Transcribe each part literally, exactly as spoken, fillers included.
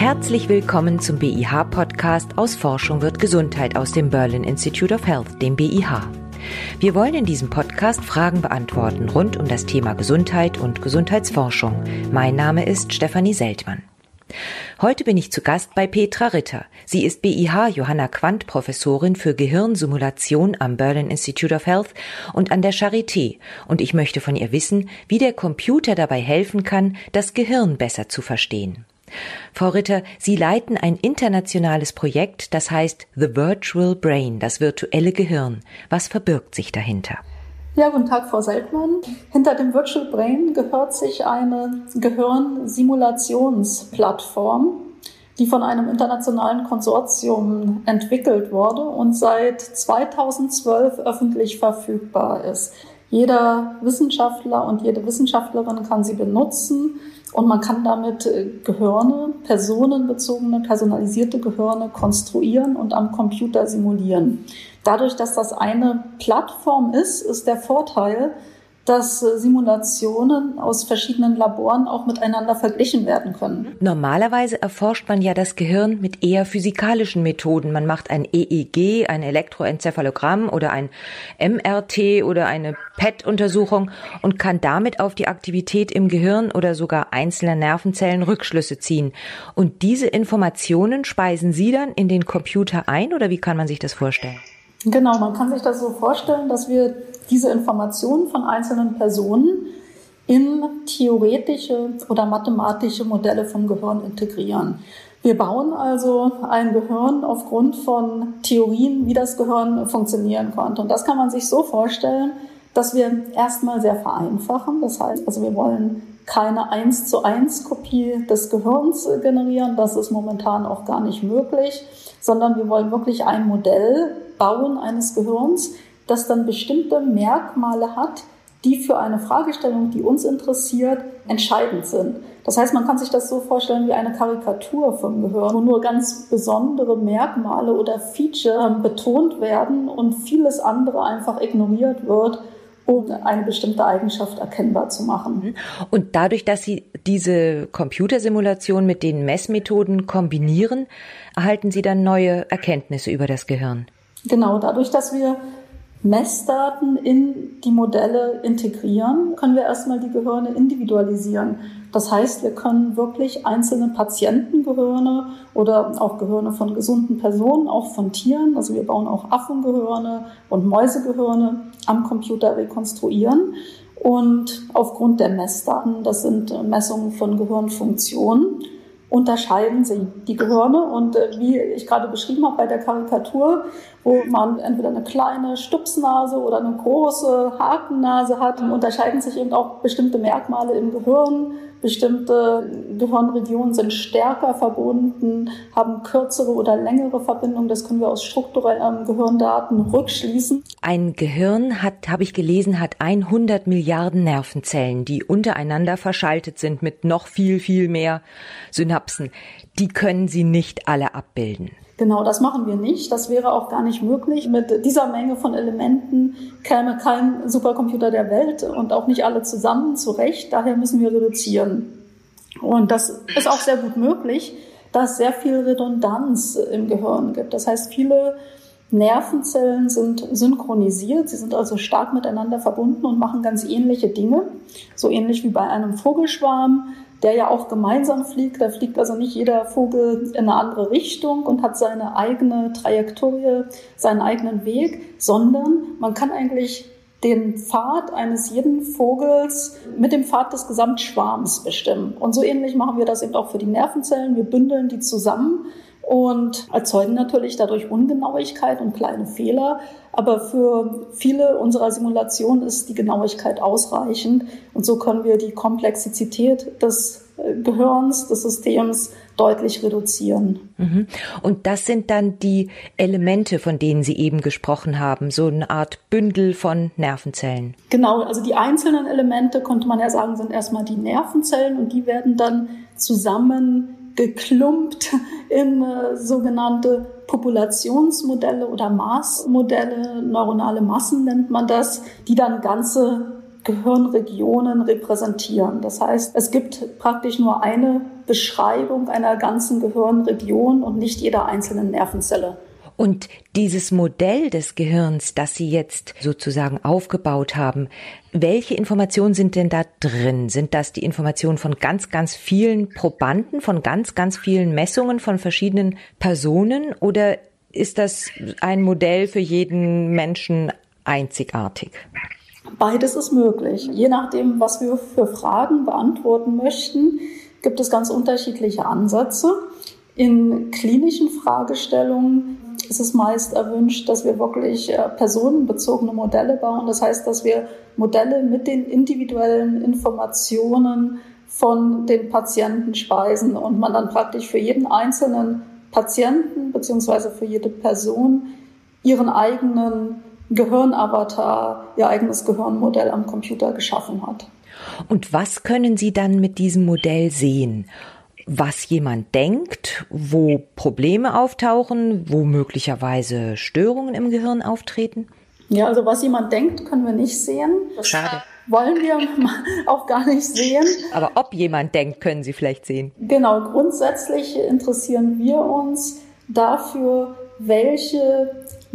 Herzlich willkommen zum B I H-Podcast Aus Forschung wird Gesundheit aus dem Berlin Institute of Health, dem B I H. Wir wollen in diesem Podcast Fragen beantworten rund um das Thema Gesundheit und Gesundheitsforschung. Mein Name ist Stefanie Seltmann. Heute bin ich zu Gast bei Petra Ritter. Sie ist B I H Johanna Quandt Professorin für Gehirnsimulation am Berlin Institute of Health und an der Charité. Und ich möchte von ihr wissen, wie der Computer dabei helfen kann, das Gehirn besser zu verstehen. Frau Ritter, Sie leiten ein internationales Projekt, das heißt The Virtual Brain, das virtuelle Gehirn. Was verbirgt sich dahinter? Ja, guten Tag, Frau Seltmann. Hinter dem Virtual Brain gehört sich eine Gehirnsimulationsplattform, die von einem internationalen Konsortium entwickelt wurde und seit zweitausendzwölf öffentlich verfügbar ist. Jeder Wissenschaftler und jede Wissenschaftlerin kann sie benutzen und man kann damit Gehirne, personenbezogene, personalisierte Gehirne konstruieren und am Computer simulieren. Dadurch, dass das eine Plattform ist, ist der Vorteil, dass Simulationen aus verschiedenen Laboren auch miteinander verglichen werden können. Normalerweise erforscht man ja das Gehirn mit eher physikalischen Methoden. Man macht ein E E G, ein Elektroenzephalogramm oder ein M R T oder eine P E T-Untersuchung und kann damit auf die Aktivität im Gehirn oder sogar einzelner Nervenzellen Rückschlüsse ziehen. Und diese Informationen speisen Sie dann in den Computer ein oder wie kann man sich das vorstellen? Genau, man kann sich das so vorstellen, dass wir diese Informationen von einzelnen Personen in theoretische oder mathematische Modelle vom Gehirn integrieren. Wir bauen also ein Gehirn aufgrund von Theorien, wie das Gehirn funktionieren konnte. Und das kann man sich so vorstellen, dass wir erstmal sehr vereinfachen. Das heißt, also wir wollen keine eins zu eins Kopie des Gehirns generieren. Das ist momentan auch gar nicht möglich, sondern wir wollen wirklich ein Modell bauen eines Gehirns, das dann bestimmte Merkmale hat, die für eine Fragestellung, die uns interessiert, entscheidend sind. Das heißt, man kann sich das so vorstellen wie eine Karikatur vom Gehirn, wo nur ganz besondere Merkmale oder Feature betont werden und vieles andere einfach ignoriert wird, um eine bestimmte Eigenschaft erkennbar zu machen. Und dadurch, dass Sie diese Computersimulation mit den Messmethoden kombinieren, erhalten Sie dann neue Erkenntnisse über das Gehirn? Genau, dadurch, dass wir Messdaten in die Modelle integrieren, können wir erstmal die Gehirne individualisieren. Das heißt, wir können wirklich einzelne Patientengehirne oder auch Gehirne von gesunden Personen, auch von Tieren, also wir bauen auch Affengehirne und Mäusegehirne am Computer rekonstruieren. Und aufgrund der Messdaten, das sind Messungen von Gehirnfunktionen, unterscheiden sich die Gehirne und äh, wie ich gerade beschrieben habe bei der Karikatur, wo man entweder eine kleine Stupsnase oder eine große Hakennase hat, unterscheiden sich eben auch bestimmte Merkmale im Gehirn. Bestimmte Gehirnregionen sind stärker verbunden, haben kürzere oder längere Verbindungen. Das können wir aus strukturellen Gehirndaten rückschließen. Ein Gehirn hat, habe ich gelesen, hat hundert Milliarden Nervenzellen, die untereinander verschaltet sind mit noch viel, viel mehr Synapsen. Die können Sie nicht alle abbilden. Genau, das machen wir nicht. Das wäre auch gar nicht möglich. Mit dieser Menge von Elementen käme kein Supercomputer der Welt und auch nicht alle zusammen zurecht. Daher müssen wir reduzieren. Und das ist auch sehr gut möglich, da es sehr viel Redundanz im Gehirn gibt. Das heißt, viele Nervenzellen sind synchronisiert. Sie sind also stark miteinander verbunden und machen ganz ähnliche Dinge. So ähnlich wie bei einem Vogelschwarm, der ja auch gemeinsam fliegt. Da fliegt also nicht jeder Vogel in eine andere Richtung und hat seine eigene Trajektorie, seinen eigenen Weg, sondern man kann eigentlich den Pfad eines jeden Vogels mit dem Pfad des Gesamtschwarms bestimmen. Und so ähnlich machen wir das eben auch für die Nervenzellen. Wir bündeln die zusammen und erzeugen natürlich dadurch Ungenauigkeit und kleine Fehler. Aber für viele unserer Simulationen ist die Genauigkeit ausreichend. Und so können wir die Komplexität des Gehirns, des Systems deutlich reduzieren. Und das sind dann die Elemente, von denen Sie eben gesprochen haben, so eine Art Bündel von Nervenzellen. Genau, also die einzelnen Elemente, könnte man ja sagen, sind erstmal die Nervenzellen und die werden dann zusammen geklumpt in äh, sogenannte Populationsmodelle oder Maßmodelle, neuronale Massen nennt man das, die dann ganze Gehirnregionen repräsentieren. Das heißt, es gibt praktisch nur eine Beschreibung einer ganzen Gehirnregion und nicht jeder einzelnen Nervenzelle. Und dieses Modell des Gehirns, das Sie jetzt sozusagen aufgebaut haben, welche Informationen sind denn da drin? Sind das die Informationen von ganz, ganz vielen Probanden, von ganz, ganz vielen Messungen von verschiedenen Personen, oder ist das ein Modell für jeden Menschen einzigartig? Beides ist möglich. Je nachdem, was wir für Fragen beantworten möchten, gibt es ganz unterschiedliche Ansätze. In klinischen Fragestellungen ist es meist erwünscht, dass wir wirklich personenbezogene Modelle bauen. Das heißt, dass wir Modelle mit den individuellen Informationen von den Patienten speisen und man dann praktisch für jeden einzelnen Patienten bzw. für jede Person ihren eigenen Gehirnavatar, ihr eigenes Gehirnmodell am Computer geschaffen hat. Und was können Sie dann mit diesem Modell sehen? Was jemand denkt, wo Probleme auftauchen, wo möglicherweise Störungen im Gehirn auftreten? Ja, also was jemand denkt, können wir nicht sehen. Das Schade. Wollen wir auch gar nicht sehen. Aber ob jemand denkt, können Sie vielleicht sehen. Genau, grundsätzlich interessieren wir uns dafür, welche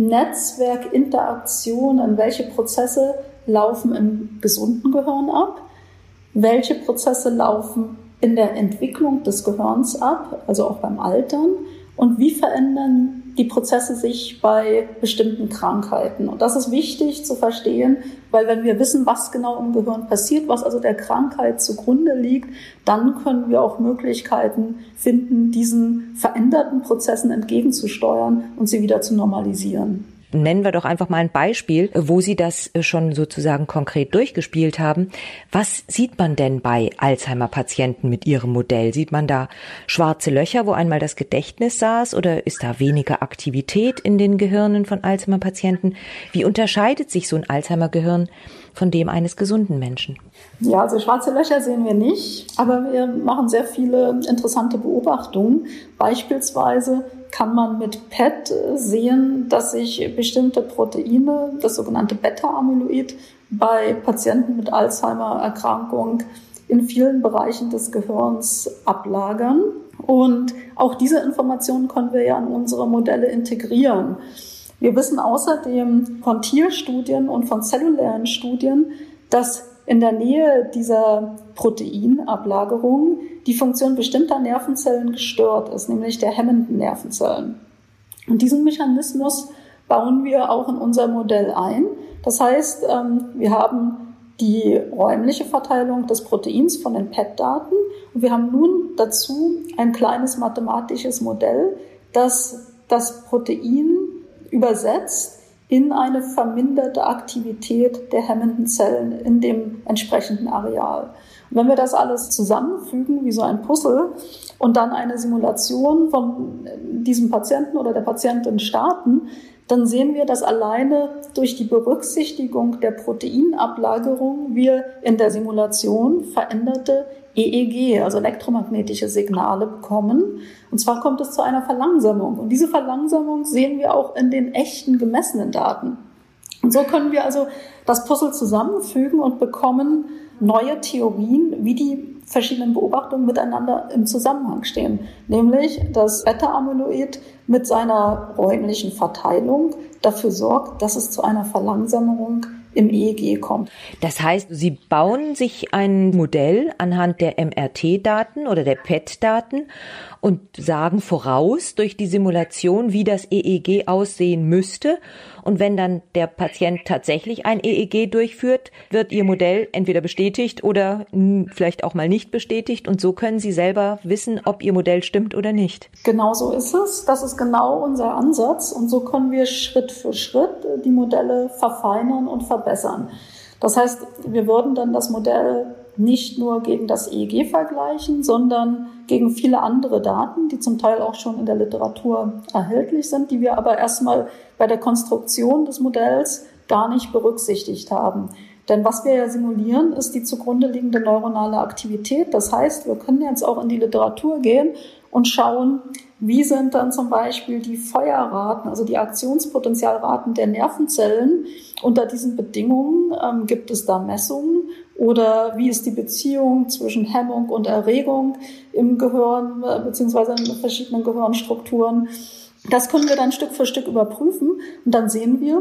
Netzwerkinteraktionen, welche Prozesse laufen im gesunden Gehirn ab, welche Prozesse laufen in der Entwicklung des Gehirns ab, also auch beim Altern, und wie verändern die Prozesse sich bei bestimmten Krankheiten. Und das ist wichtig zu verstehen, weil wenn wir wissen, was genau im Gehirn passiert, was also der Krankheit zugrunde liegt, dann können wir auch Möglichkeiten finden, diesen veränderten Prozessen entgegenzusteuern und sie wieder zu normalisieren. Nennen wir doch einfach mal ein Beispiel, wo Sie das schon sozusagen konkret durchgespielt haben. Was sieht man denn bei Alzheimer-Patienten mit Ihrem Modell? Sieht man da schwarze Löcher, wo einmal das Gedächtnis saß, oder ist da weniger Aktivität in den Gehirnen von Alzheimer-Patienten? Wie unterscheidet sich so ein Alzheimer-Gehirn von dem eines gesunden Menschen? Ja, also schwarze Löcher sehen wir nicht, aber wir machen sehr viele interessante Beobachtungen. Beispielsweise kann man mit P E T sehen, dass sich bestimmte Proteine, das sogenannte Beta-Amyloid, bei Patienten mit Alzheimer-Erkrankung in vielen Bereichen des Gehirns ablagern. Und auch diese Informationen können wir ja in unsere Modelle integrieren. Wir wissen außerdem von Tierstudien und von zellulären Studien, dass in der Nähe dieser Proteinablagerung die Funktion bestimmter Nervenzellen gestört ist, nämlich der hemmenden Nervenzellen. Und diesen Mechanismus bauen wir auch in unser Modell ein. Das heißt, wir haben die räumliche Verteilung des Proteins von den P E T-Daten und wir haben nun dazu ein kleines mathematisches Modell, das das Protein übersetzt in eine verminderte Aktivität der hemmenden Zellen in dem entsprechenden Areal. Und wenn wir das alles zusammenfügen, wie so ein Puzzle, und dann eine Simulation von diesem Patienten oder der Patientin starten, dann sehen wir, dass alleine durch die Berücksichtigung der Proteinablagerung wir in der Simulation veränderte E E G, also elektromagnetische Signale, bekommen. Und zwar kommt es zu einer Verlangsamung. Und diese Verlangsamung sehen wir auch in den echten gemessenen Daten. Und so können wir also das Puzzle zusammenfügen und bekommen neue Theorien, wie die verschiedenen Beobachtungen miteinander im Zusammenhang stehen. Nämlich, dass Beta-Amyloid mit seiner räumlichen Verteilung dafür sorgt, dass es zu einer Verlangsamung im E E G kommt. Das heißt, Sie bauen sich ein Modell anhand der M R T-Daten oder der P E T-Daten und sagen voraus durch die Simulation, wie das E E G aussehen müsste. Und wenn dann der Patient tatsächlich ein E E G durchführt, wird Ihr Modell entweder bestätigt oder vielleicht auch mal nicht bestätigt. Und so können Sie selber wissen, ob Ihr Modell stimmt oder nicht. Genau so ist es. Das ist genau unser Ansatz. Und so können wir Schritt für Schritt die Modelle verfeinern und verbessern. Das heißt, wir würden dann das Modell nicht nur gegen das E E G vergleichen, sondern gegen viele andere Daten, die zum Teil auch schon in der Literatur erhältlich sind, die wir aber erstmal bei der Konstruktion des Modells gar nicht berücksichtigt haben. Denn was wir ja simulieren, ist die zugrunde liegende neuronale Aktivität. Das heißt, wir können jetzt auch in die Literatur gehen und schauen, wie sind dann zum Beispiel die Feuerraten, also die Aktionspotenzialraten der Nervenzellen unter diesen Bedingungen. Ähm, gibt es da Messungen oder wie ist die Beziehung zwischen Hemmung und Erregung im Gehirn äh, beziehungsweise in verschiedenen Gehirnstrukturen? Das können wir dann Stück für Stück überprüfen und dann sehen wir,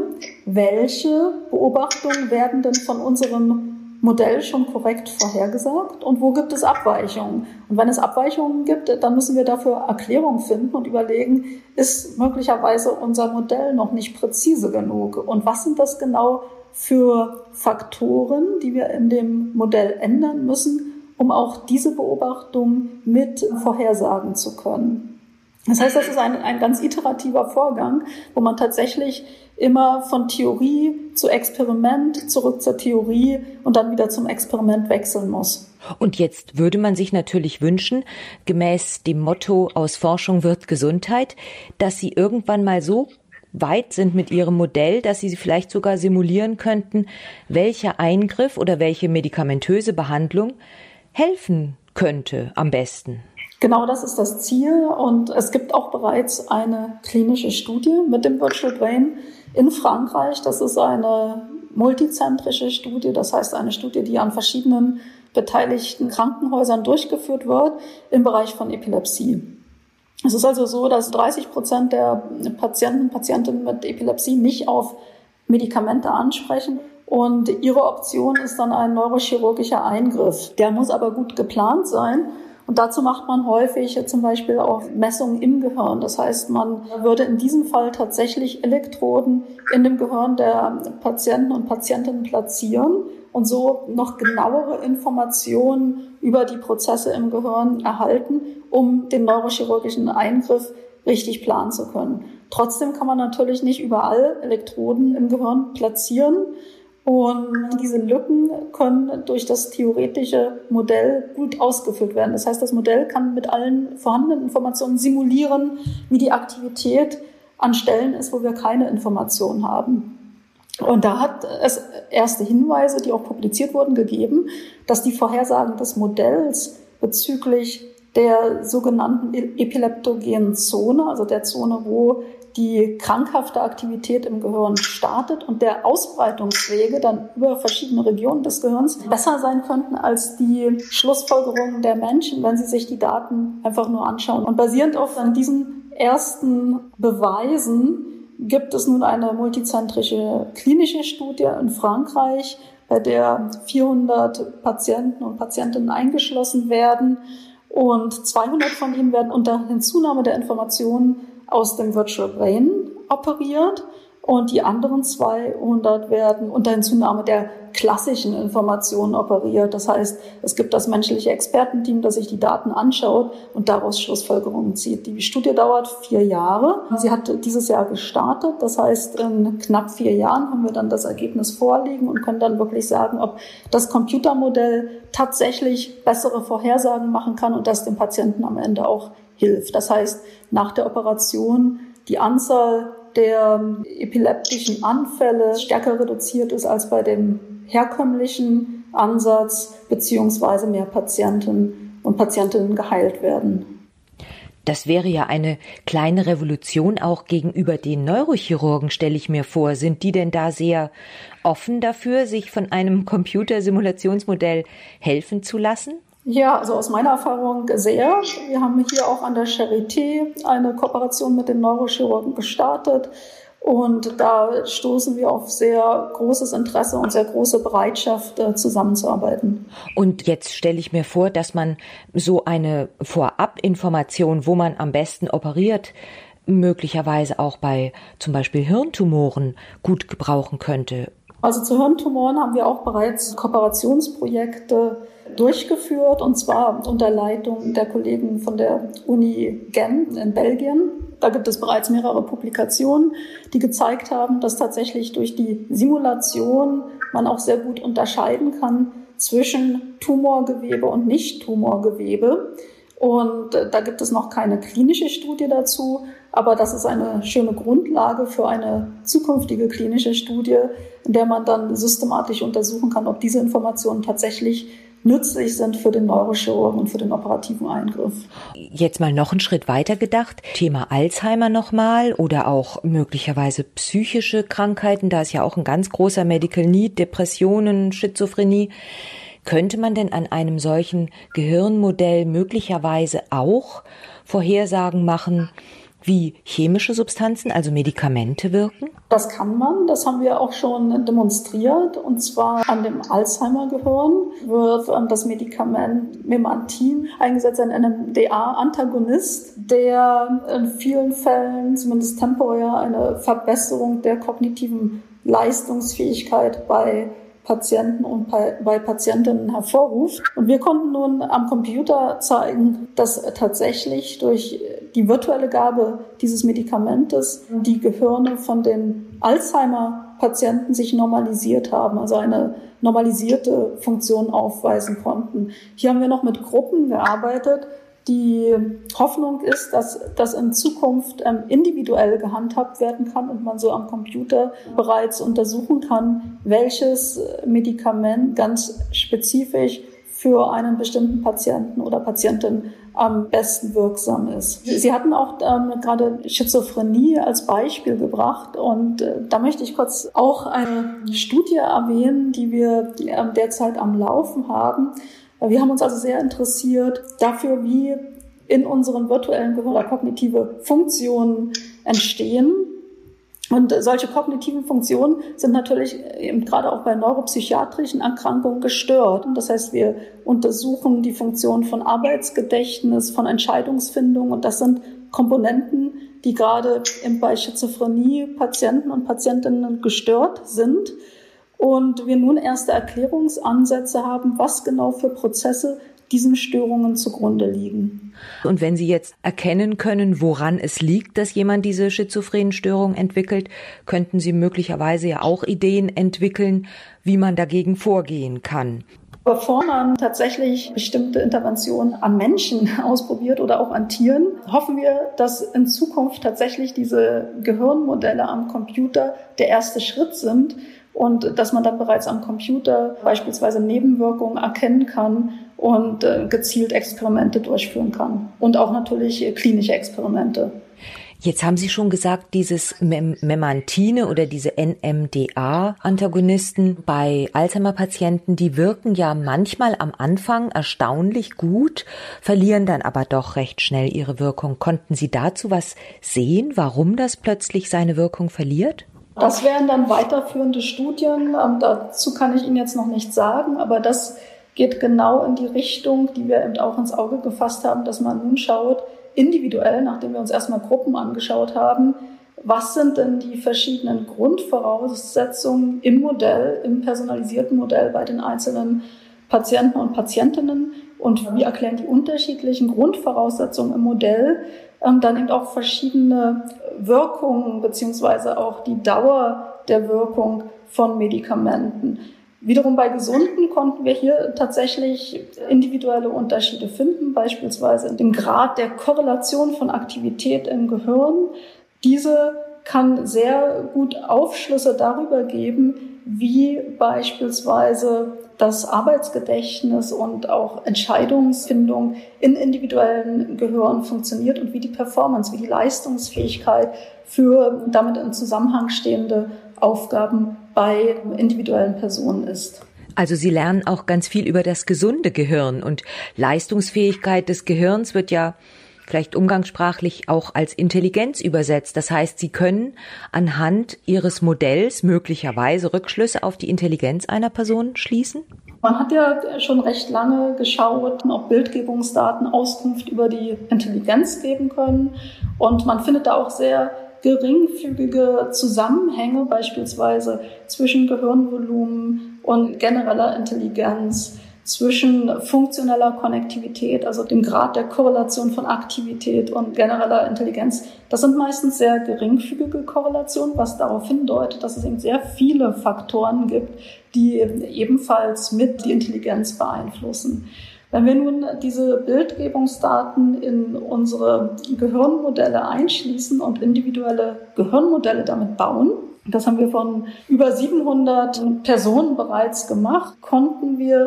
welche Beobachtungen werden denn von unserem Modell schon korrekt vorhergesagt und wo gibt es Abweichungen. Und wenn es Abweichungen gibt, dann müssen wir dafür Erklärungen finden und überlegen, ist möglicherweise unser Modell noch nicht präzise genug und was sind das genau für Faktoren, die wir in dem Modell ändern müssen, um auch diese Beobachtung mit vorhersagen zu können. Das heißt, das ist ein, ein ganz iterativer Vorgang, wo man tatsächlich immer von Theorie zu Experiment, zurück zur Theorie und dann wieder zum Experiment wechseln muss. Und jetzt würde man sich natürlich wünschen, gemäß dem Motto aus Forschung wird Gesundheit, dass Sie irgendwann mal so weit sind mit Ihrem Modell, dass Sie vielleicht sogar simulieren könnten, welcher Eingriff oder welche medikamentöse Behandlung helfen könnte am besten. Genau das ist das Ziel und es gibt auch bereits eine klinische Studie mit dem Virtual Brain in Frankreich. Das ist eine multizentrische Studie, das heißt eine Studie, die an verschiedenen beteiligten Krankenhäusern durchgeführt wird im Bereich von Epilepsie. Es ist also so, dass dreißig Prozent der Patienten und Patientinnen mit Epilepsie nicht auf Medikamente ansprechen. Und ihre Option ist dann ein neurochirurgischer Eingriff. Der muss aber gut geplant sein. Und dazu macht man häufig zum Beispiel auch Messungen im Gehirn. Das heißt, man würde in diesem Fall tatsächlich Elektroden in dem Gehirn der Patienten und Patientinnen platzieren und so noch genauere Informationen über die Prozesse im Gehirn erhalten, um den neurochirurgischen Eingriff richtig planen zu können. Trotzdem kann man natürlich nicht überall Elektroden im Gehirn platzieren. Und diese Lücken können durch das theoretische Modell gut ausgefüllt werden. Das heißt, das Modell kann mit allen vorhandenen Informationen simulieren, wie die Aktivität an Stellen ist, wo wir keine Informationen haben. Und da hat es erste Hinweise, die auch publiziert wurden, gegeben, dass die Vorhersagen des Modells bezüglich der sogenannten epileptogenen Zone, also der Zone, wo die krankhafte Aktivität im Gehirn startet und der Ausbreitungswege dann über verschiedene Regionen des Gehirns besser sein könnten als die Schlussfolgerungen der Menschen, wenn sie sich die Daten einfach nur anschauen. Und basierend auf diesen ersten Beweisen gibt es nun eine multizentrische klinische Studie in Frankreich, bei der vierhundert Patienten und Patientinnen eingeschlossen werden und zweihundert von ihnen werden unter Hinzunahme der Informationen aus dem Virtual Brain operiert und die anderen zweihundert werden unter Hinzunahme der klassischen Informationen operiert. Das heißt, es gibt das menschliche Expertenteam, das sich die Daten anschaut und daraus Schlussfolgerungen zieht. Die Studie dauert vier Jahre. Sie hat dieses Jahr gestartet. Das heißt, in knapp vier Jahren haben wir dann das Ergebnis vorliegen und können dann wirklich sagen, ob das Computermodell tatsächlich bessere Vorhersagen machen kann und das dem Patienten am Ende auch hilft. Das heißt, nach der Operation die Anzahl der epileptischen Anfälle stärker reduziert ist als bei dem herkömmlichen Ansatz, beziehungsweise mehr Patienten und Patientinnen geheilt werden. Das wäre ja eine kleine Revolution auch gegenüber den Neurochirurgen, stelle ich mir vor. Sind die denn da sehr offen dafür, sich von einem Computersimulationsmodell helfen zu lassen? Ja, also aus meiner Erfahrung sehr. Wir haben hier auch an der Charité eine Kooperation mit den Neurochirurgen gestartet und da stoßen wir auf sehr großes Interesse und sehr große Bereitschaft, zusammenzuarbeiten. Und jetzt stelle ich mir vor, dass man so eine Vorabinformation, wo man am besten operiert, möglicherweise auch bei zum Beispiel Hirntumoren gut gebrauchen könnte. Also zu Hirntumoren haben wir auch bereits Kooperationsprojekte durchgeführt, und zwar unter Leitung der Kollegen von der Uni Gent in Belgien. Da gibt es bereits mehrere Publikationen, die gezeigt haben, dass tatsächlich durch die Simulation man auch sehr gut unterscheiden kann zwischen Tumorgewebe und Nicht-Tumorgewebe. Und da gibt es noch keine klinische Studie dazu, aber das ist eine schöne Grundlage für eine zukünftige klinische Studie, in der man dann systematisch untersuchen kann, ob diese Informationen tatsächlich nützlich sind für den Neurochirurgen und für den operativen Eingriff. Jetzt mal noch einen Schritt weiter gedacht. Thema Alzheimer nochmal oder auch möglicherweise psychische Krankheiten. Da ist ja auch ein ganz großer Medical Need, Depressionen, Schizophrenie. Könnte man denn an einem solchen Gehirnmodell möglicherweise auch Vorhersagen machen, wie chemische Substanzen, also Medikamente wirken? Das kann man, das haben wir auch schon demonstriert. Und zwar an dem Alzheimer-Gehirn wird das Medikament Memantin eingesetzt, ein N M D A-Antagonist, der in vielen Fällen, zumindest temporär, eine Verbesserung der kognitiven Leistungsfähigkeit bei Patienten und bei Patientinnen hervorruft. Und wir konnten nun am Computer zeigen, dass tatsächlich durch die virtuelle Gabe dieses Medikamentes die Gehirne von den Alzheimer-Patienten sich normalisiert haben, also eine normalisierte Funktion aufweisen konnten. Hier haben wir noch mit Gruppen gearbeitet. Die Hoffnung ist, dass das in Zukunft ähm, individuell gehandhabt werden kann und man so am Computer bereits untersuchen kann, welches Medikament ganz spezifisch für einen bestimmten Patienten oder Patientin am besten wirksam ist. Sie hatten auch ähm, gerade Schizophrenie als Beispiel gebracht und äh, da möchte ich kurz auch eine Studie erwähnen, die wir äh, derzeit am Laufen haben. Wir haben uns also sehr interessiert dafür, wie in unseren virtuellen Gehirn kognitive Funktionen entstehen. Und solche kognitiven Funktionen sind natürlich eben gerade auch bei neuropsychiatrischen Erkrankungen gestört. Das heißt, wir untersuchen die Funktion von Arbeitsgedächtnis, von Entscheidungsfindung. Und das sind Komponenten, die gerade eben bei Schizophrenie Patienten und Patientinnen gestört sind. Und wir nun erste Erklärungsansätze haben, was genau für Prozesse diesen Störungen zugrunde liegen. Und wenn Sie jetzt erkennen können, woran es liegt, dass jemand diese schizophrenen Störungen entwickelt, könnten Sie möglicherweise ja auch Ideen entwickeln, wie man dagegen vorgehen kann. Bevor man tatsächlich bestimmte Interventionen an Menschen ausprobiert oder auch an Tieren, hoffen wir, dass in Zukunft tatsächlich diese Gehirnmodelle am Computer der erste Schritt sind und dass man dann bereits am Computer beispielsweise Nebenwirkungen erkennen kann und äh, gezielt Experimente durchführen kann und auch natürlich äh, klinische Experimente. Jetzt haben Sie schon gesagt, dieses Mem- Memantine oder diese N M D A-Antagonisten bei Alzheimer-Patienten, die wirken ja manchmal am Anfang erstaunlich gut, verlieren dann aber doch recht schnell ihre Wirkung. Konnten Sie dazu was sehen, warum das plötzlich seine Wirkung verliert? Das wären dann weiterführende Studien. Ähm, dazu kann ich Ihnen jetzt noch nichts sagen, aber das geht genau in die Richtung, die wir eben auch ins Auge gefasst haben, dass man nun schaut, individuell, nachdem wir uns erstmal Gruppen angeschaut haben, was sind denn die verschiedenen Grundvoraussetzungen im Modell, im personalisierten Modell bei den einzelnen Patienten und Patientinnen und wie erklären die unterschiedlichen Grundvoraussetzungen im Modell ähm, dann eben auch verschiedene Wirkungen beziehungsweise auch die Dauer der Wirkung von Medikamenten. Wiederum bei Gesunden konnten wir hier tatsächlich individuelle Unterschiede finden, beispielsweise im Grad der Korrelation von Aktivität im Gehirn. Diese kann sehr gut Aufschlüsse darüber geben, wie beispielsweise das Arbeitsgedächtnis und auch Entscheidungsfindung in individuellen Gehirn funktioniert und wie die Performance, wie die Leistungsfähigkeit für damit im Zusammenhang stehende Aufgaben bei individuellen Personen ist. Also Sie lernen auch ganz viel über das gesunde Gehirn und Leistungsfähigkeit des Gehirns wird ja vielleicht umgangssprachlich auch als Intelligenz übersetzt. Das heißt, Sie können anhand Ihres Modells möglicherweise Rückschlüsse auf die Intelligenz einer Person schließen? Man hat ja schon recht lange geschaut, ob Bildgebungsdaten Auskunft über die Intelligenz geben können. Und man findet da auch sehr geringfügige Zusammenhänge, beispielsweise zwischen Gehirnvolumen und genereller Intelligenz, zwischen funktioneller Konnektivität, also dem Grad der Korrelation von Aktivität und genereller Intelligenz. Das sind meistens sehr geringfügige Korrelationen, was darauf hindeutet, dass es eben sehr viele Faktoren gibt, die ebenfalls mit die Intelligenz beeinflussen. Wenn wir nun diese Bildgebungsdaten in unsere Gehirnmodelle einschließen und individuelle Gehirnmodelle damit bauen, das haben wir von über siebenhundert Personen bereits gemacht, konnten wir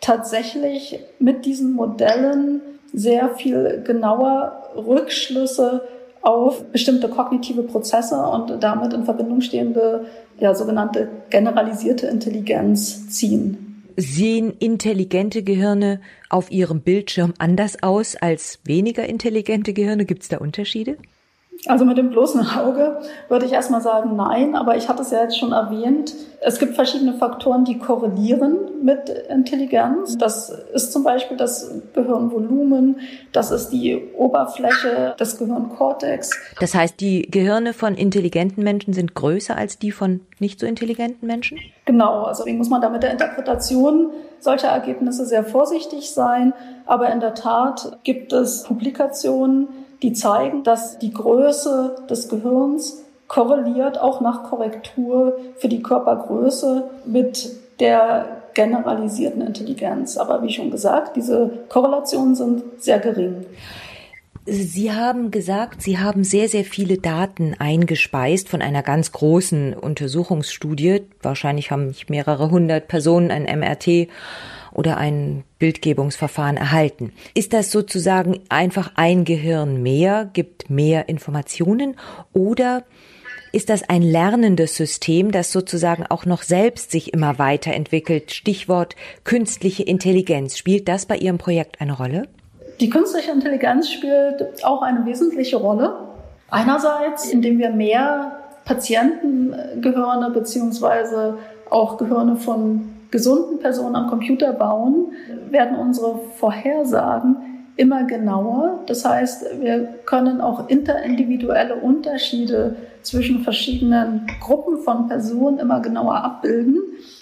tatsächlich mit diesen Modellen sehr viel genauer Rückschlüsse auf bestimmte kognitive Prozesse und damit in Verbindung stehende, ja, sogenannte generalisierte Intelligenz ziehen. Sehen intelligente Gehirne auf ihrem Bildschirm anders aus als weniger intelligente Gehirne? Gibt es da Unterschiede? Also mit dem bloßen Auge würde ich erstmal sagen, nein, aber ich hatte es ja jetzt schon erwähnt. Es gibt verschiedene Faktoren, die korrelieren mit Intelligenz. Das ist zum Beispiel das Gehirnvolumen, das ist die Oberfläche des Gehirnkortex. Das heißt, die Gehirne von intelligenten Menschen sind größer als die von nicht so intelligenten Menschen? Genau, also deswegen muss man da mit der Interpretation solcher Ergebnisse sehr vorsichtig sein. Aber in der Tat gibt es Publikationen, die zeigen, dass die Größe des Gehirns korreliert auch nach Korrektur für die Körpergröße mit der generalisierten Intelligenz. Aber wie schon gesagt, diese Korrelationen sind sehr gering. Sie haben gesagt, Sie haben sehr, sehr viele Daten eingespeist von einer ganz großen Untersuchungsstudie. Wahrscheinlich haben mehrere hundert Personen ein M R T oder ein Bildgebungsverfahren erhalten. Ist das sozusagen einfach ein Gehirn mehr, gibt mehr Informationen, oder ist das ein lernendes System, das sozusagen auch noch selbst sich immer weiterentwickelt? Stichwort künstliche Intelligenz. Spielt das bei Ihrem Projekt eine Rolle? Die künstliche Intelligenz spielt auch eine wesentliche Rolle. Einerseits, indem wir mehr Patientengehirne beziehungsweise auch Gehirne von gesunden Personen am Computer bauen, werden unsere Vorhersagen immer genauer. Das heißt, wir können auch interindividuelle Unterschiede zwischen verschiedenen Gruppen von Personen immer genauer abbilden.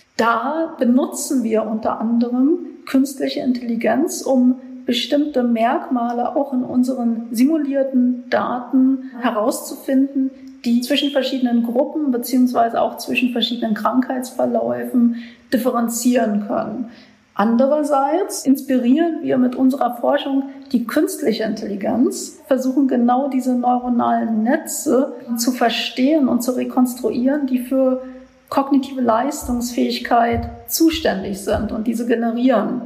Da benutzen wir unter anderem künstliche Intelligenz, um bestimmte Merkmale auch in unseren simulierten Daten herauszufinden, die zwischen verschiedenen Gruppen beziehungsweise auch zwischen verschiedenen Krankheitsverläufen differenzieren können. Andererseits inspirieren wir mit unserer Forschung die künstliche Intelligenz, versuchen genau diese neuronalen Netze zu verstehen und zu rekonstruieren, die für kognitive Leistungsfähigkeit zuständig sind und diese generieren.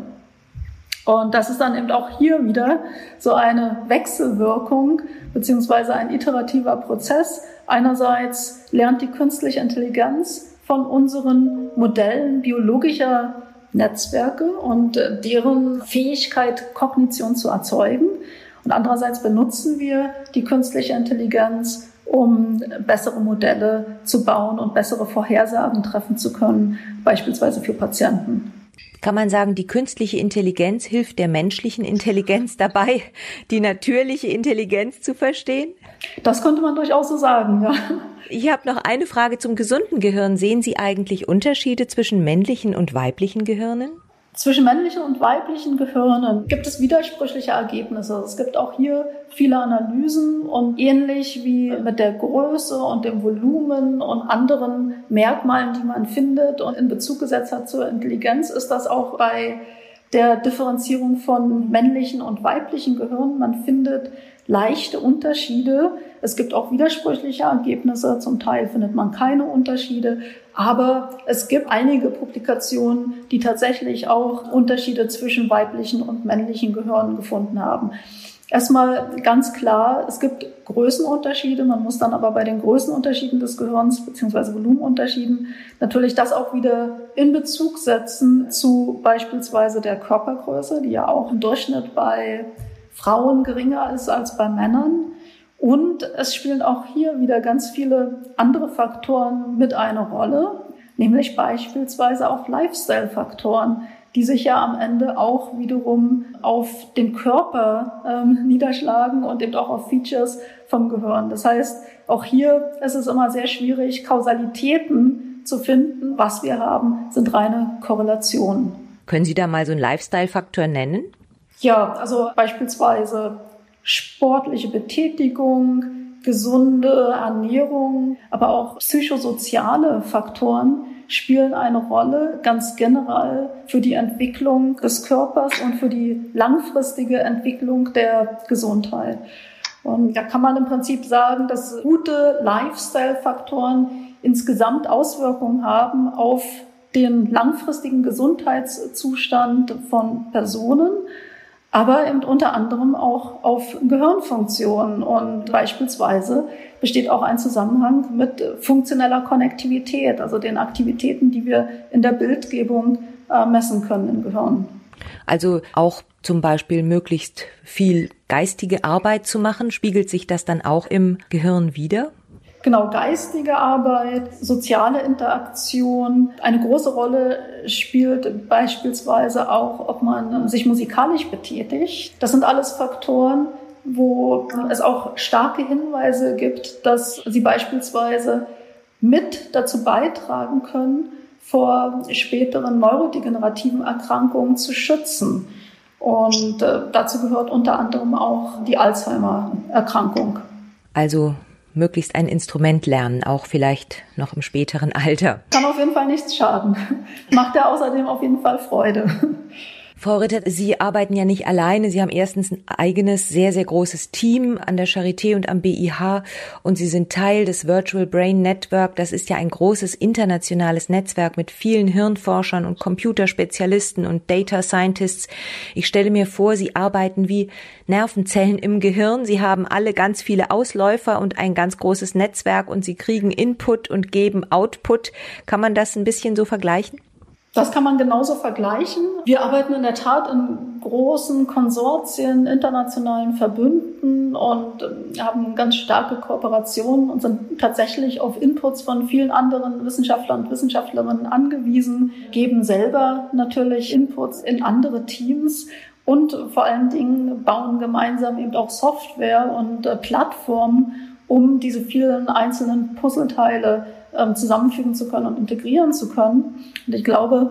Und das ist dann eben auch hier wieder so eine Wechselwirkung beziehungsweise ein iterativer Prozess. Einerseits lernt die künstliche Intelligenz von unseren Modellen biologischer Netzwerke und deren Fähigkeit, Kognition zu erzeugen. Und andererseits benutzen wir die künstliche Intelligenz, um bessere Modelle zu bauen und bessere Vorhersagen treffen zu können, beispielsweise für Patienten. Kann man sagen, die künstliche Intelligenz hilft der menschlichen Intelligenz dabei, die natürliche Intelligenz zu verstehen? Das könnte man durchaus so sagen, ja. Ich habe noch eine Frage zum gesunden Gehirn. Sehen Sie eigentlich Unterschiede zwischen männlichen und weiblichen Gehirnen? Zwischen männlichen und weiblichen Gehirnen gibt es widersprüchliche Ergebnisse. Es gibt auch hier viele Analysen und ähnlich wie mit der Größe und dem Volumen und anderen Merkmalen, die man findet und in Bezug gesetzt hat zur Intelligenz, ist das auch bei der Differenzierung von männlichen und weiblichen Gehirnen. Man findet leichte Unterschiede. Es gibt auch widersprüchliche Ergebnisse. Zum Teil findet man keine Unterschiede. Aber es gibt einige Publikationen, die tatsächlich auch Unterschiede zwischen weiblichen und männlichen Gehirnen gefunden haben. Erstmal ganz klar, es gibt Größenunterschiede. Man muss dann aber bei den Größenunterschieden des Gehirns bzw. Volumenunterschieden natürlich das auch wieder in Bezug setzen zu beispielsweise der Körpergröße, die ja auch im Durchschnitt bei Frauen geringer ist als bei Männern. Und es spielen auch hier wieder ganz viele andere Faktoren mit eine Rolle, nämlich beispielsweise auch Lifestyle-Faktoren, die sich ja am Ende auch wiederum auf den Körper ähm, niederschlagen und eben auch auf Features vom Gehirn. Das heißt, auch hier ist es immer sehr schwierig, Kausalitäten zu finden. Was wir haben, sind reine Korrelationen. Können Sie da mal so einen Lifestyle-Faktor nennen? Ja, also beispielsweise sportliche Betätigung, gesunde Ernährung, aber auch psychosoziale Faktoren spielen eine Rolle ganz generell für die Entwicklung des Körpers und für die langfristige Entwicklung der Gesundheit. Und da kann man im Prinzip sagen, dass gute Lifestyle-Faktoren insgesamt Auswirkungen haben auf den langfristigen Gesundheitszustand von Personen, aber eben unter anderem auch auf Gehirnfunktionen. Und beispielsweise besteht auch ein Zusammenhang mit funktioneller Konnektivität, also den Aktivitäten, die wir in der Bildgebung äh, messen können im Gehirn. Also auch zum Beispiel möglichst viel geistige Arbeit zu machen, spiegelt sich das dann auch im Gehirn wider? Genau, geistige Arbeit, soziale Interaktion. Eine große Rolle spielt beispielsweise auch, ob man sich musikalisch betätigt. Das sind alles Faktoren, wo es auch starke Hinweise gibt, dass sie beispielsweise mit dazu beitragen können, vor späteren neurodegenerativen Erkrankungen zu schützen. Und äh, dazu gehört unter anderem auch die Alzheimer-Erkrankung. Also möglichst ein Instrument lernen, auch vielleicht noch im späteren Alter. Kann auf jeden Fall nichts schaden. Macht ja außerdem auf jeden Fall Freude. Frau Ritter, Sie arbeiten ja nicht alleine. Sie haben erstens ein eigenes, sehr, sehr großes Team an der Charité und am B I H und Sie sind Teil des Virtual Brain Network. Das ist ja ein großes internationales Netzwerk mit vielen Hirnforschern und Computerspezialisten und Data Scientists. Ich stelle mir vor, Sie arbeiten wie Nervenzellen im Gehirn. Sie haben alle ganz viele Ausläufer und ein ganz großes Netzwerk und Sie kriegen Input und geben Output. Kann man das ein bisschen so vergleichen? Das kann man genauso vergleichen. Wir arbeiten in der Tat in großen Konsortien, internationalen Verbünden und haben ganz starke Kooperationen und sind tatsächlich auf Inputs von vielen anderen Wissenschaftlern und Wissenschaftlerinnen angewiesen, geben selber natürlich Inputs in andere Teams und vor allen Dingen bauen gemeinsam eben auch Software und äh, Plattformen, um diese vielen einzelnen Puzzleteile ähm, zusammenfügen zu können und integrieren zu können. Und ich glaube,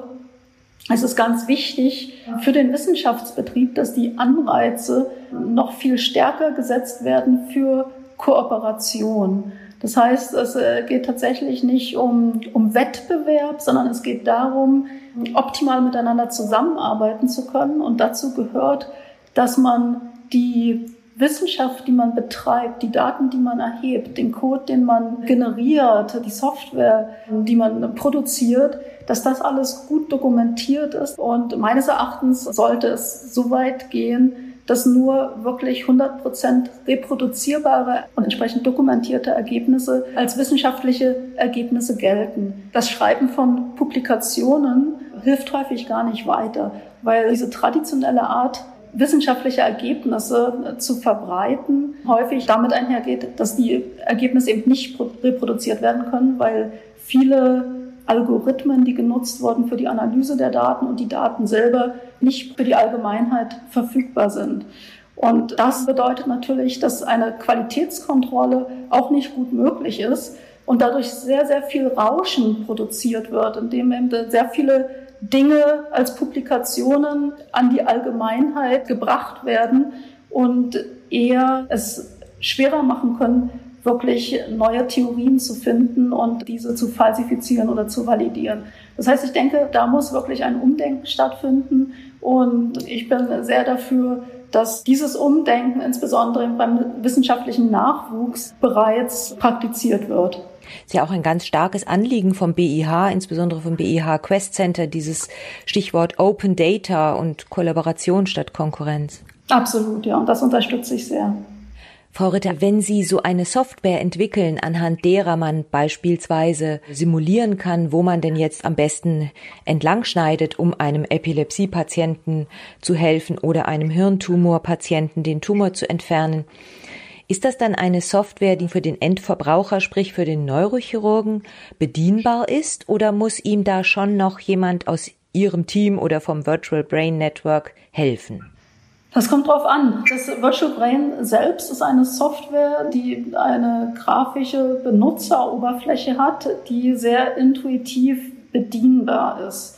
es ist ganz wichtig für den Wissenschaftsbetrieb, dass die Anreize noch viel stärker gesetzt werden für Kooperation. Das heißt, es geht tatsächlich nicht um, um Wettbewerb, sondern es geht darum, optimal miteinander zusammenarbeiten zu können. Und dazu gehört, dass man die Wissenschaft, die man betreibt, die Daten, die man erhebt, den Code, den man generiert, die Software, die man produziert, dass das alles gut dokumentiert ist. Und meines Erachtens sollte es so weit gehen, dass nur wirklich hundert Prozent reproduzierbare und entsprechend dokumentierte Ergebnisse als wissenschaftliche Ergebnisse gelten. Das Schreiben von Publikationen hilft häufig gar nicht weiter, weil diese traditionelle Art, wissenschaftliche Ergebnisse zu verbreiten, häufig damit einhergeht, dass die Ergebnisse eben nicht reproduziert werden können, weil viele Algorithmen, die genutzt wurden für die Analyse der Daten und die Daten selber nicht für die Allgemeinheit verfügbar sind. Und das bedeutet natürlich, dass eine Qualitätskontrolle auch nicht gut möglich ist und dadurch sehr, sehr viel Rauschen produziert wird, indem eben sehr viele Dinge als Publikationen an die Allgemeinheit gebracht werden und eher es schwerer machen können, wirklich neue Theorien zu finden und diese zu falsifizieren oder zu validieren. Das heißt, ich denke, da muss wirklich ein Umdenken stattfinden und ich bin sehr dafür, dass dieses Umdenken insbesondere beim wissenschaftlichen Nachwuchs bereits praktiziert wird. Ist ja auch ein ganz starkes Anliegen vom B I H, insbesondere vom B I H Quest Center, dieses Stichwort Open Data und Kollaboration statt Konkurrenz. Absolut, ja, und das unterstütze ich sehr. Frau Ritter, wenn Sie so eine Software entwickeln, anhand derer man beispielsweise simulieren kann, wo man denn jetzt am besten entlang schneidet, um einem Epilepsiepatienten zu helfen oder einem Hirntumorpatienten den Tumor zu entfernen, ist das dann eine Software, die für den Endverbraucher, sprich für den Neurochirurgen, bedienbar ist, oder muss ihm da schon noch jemand aus Ihrem Team oder vom Virtual Brain Network helfen? Das kommt drauf an. Das Virtual Brain selbst ist eine Software, die eine grafische Benutzeroberfläche hat, die sehr intuitiv bedienbar ist.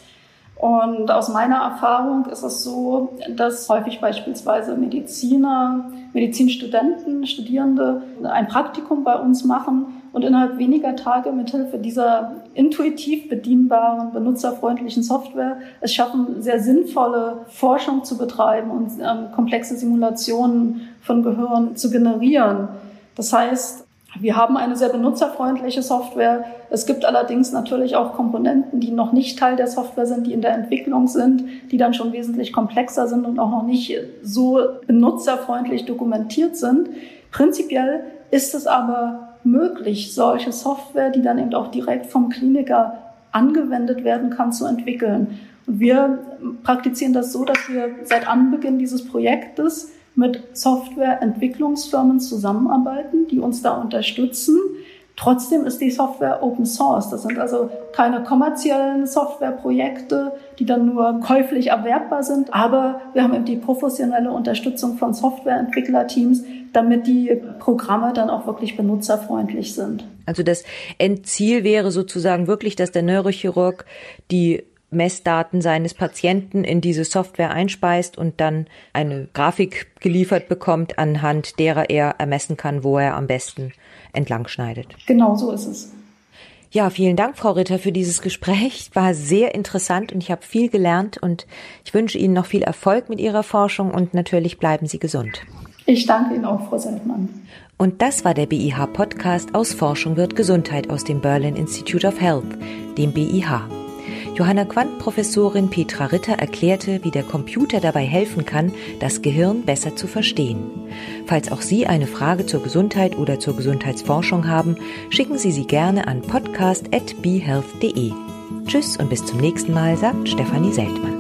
Und aus meiner Erfahrung ist es so, dass häufig beispielsweise Mediziner, Medizinstudenten, Studierende ein Praktikum bei uns machen und innerhalb weniger Tage mithilfe dieser intuitiv bedienbaren, benutzerfreundlichen Software es schaffen, sehr sinnvolle Forschung zu betreiben und ähm, komplexe Simulationen von Gehirn zu generieren. Das heißt, Wir haben eine sehr benutzerfreundliche Software. Es gibt allerdings natürlich auch Komponenten, die noch nicht Teil der Software sind, die in der Entwicklung sind, die dann schon wesentlich komplexer sind und auch noch nicht so benutzerfreundlich dokumentiert sind. Prinzipiell ist es aber möglich, solche Software, die dann eben auch direkt vom Kliniker angewendet werden kann, zu entwickeln. Und wir praktizieren das so, dass wir seit Anbeginn dieses Projektes mit Softwareentwicklungsfirmen zusammenarbeiten, die uns da unterstützen. Trotzdem ist die Software Open Source. Das sind also keine kommerziellen Softwareprojekte, die dann nur käuflich erwerbbar sind. Aber wir haben eben die professionelle Unterstützung von Softwareentwicklerteams, damit die Programme dann auch wirklich benutzerfreundlich sind. Also das Endziel wäre sozusagen wirklich, dass der Neurochirurg die Messdaten seines Patienten in diese Software einspeist und dann eine Grafik geliefert bekommt, anhand derer er ermessen kann, wo er am besten entlang schneidet. Genau so ist es. Ja, vielen Dank, Frau Ritter, für dieses Gespräch. War sehr interessant und ich habe viel gelernt und ich wünsche Ihnen noch viel Erfolg mit Ihrer Forschung und natürlich bleiben Sie gesund. Ich danke Ihnen auch, Frau Seltmann. Und das war der B I H-Podcast aus Forschung wird Gesundheit aus dem Berlin Institute of Health, dem B I H. Johanna Quandt-Professorin Petra Ritter erklärte, wie der Computer dabei helfen kann, das Gehirn besser zu verstehen. Falls auch Sie eine Frage zur Gesundheit oder zur Gesundheitsforschung haben, schicken Sie sie gerne an podcast at b health punkt de. Tschüss und bis zum nächsten Mal, sagt Stefanie Seltmann.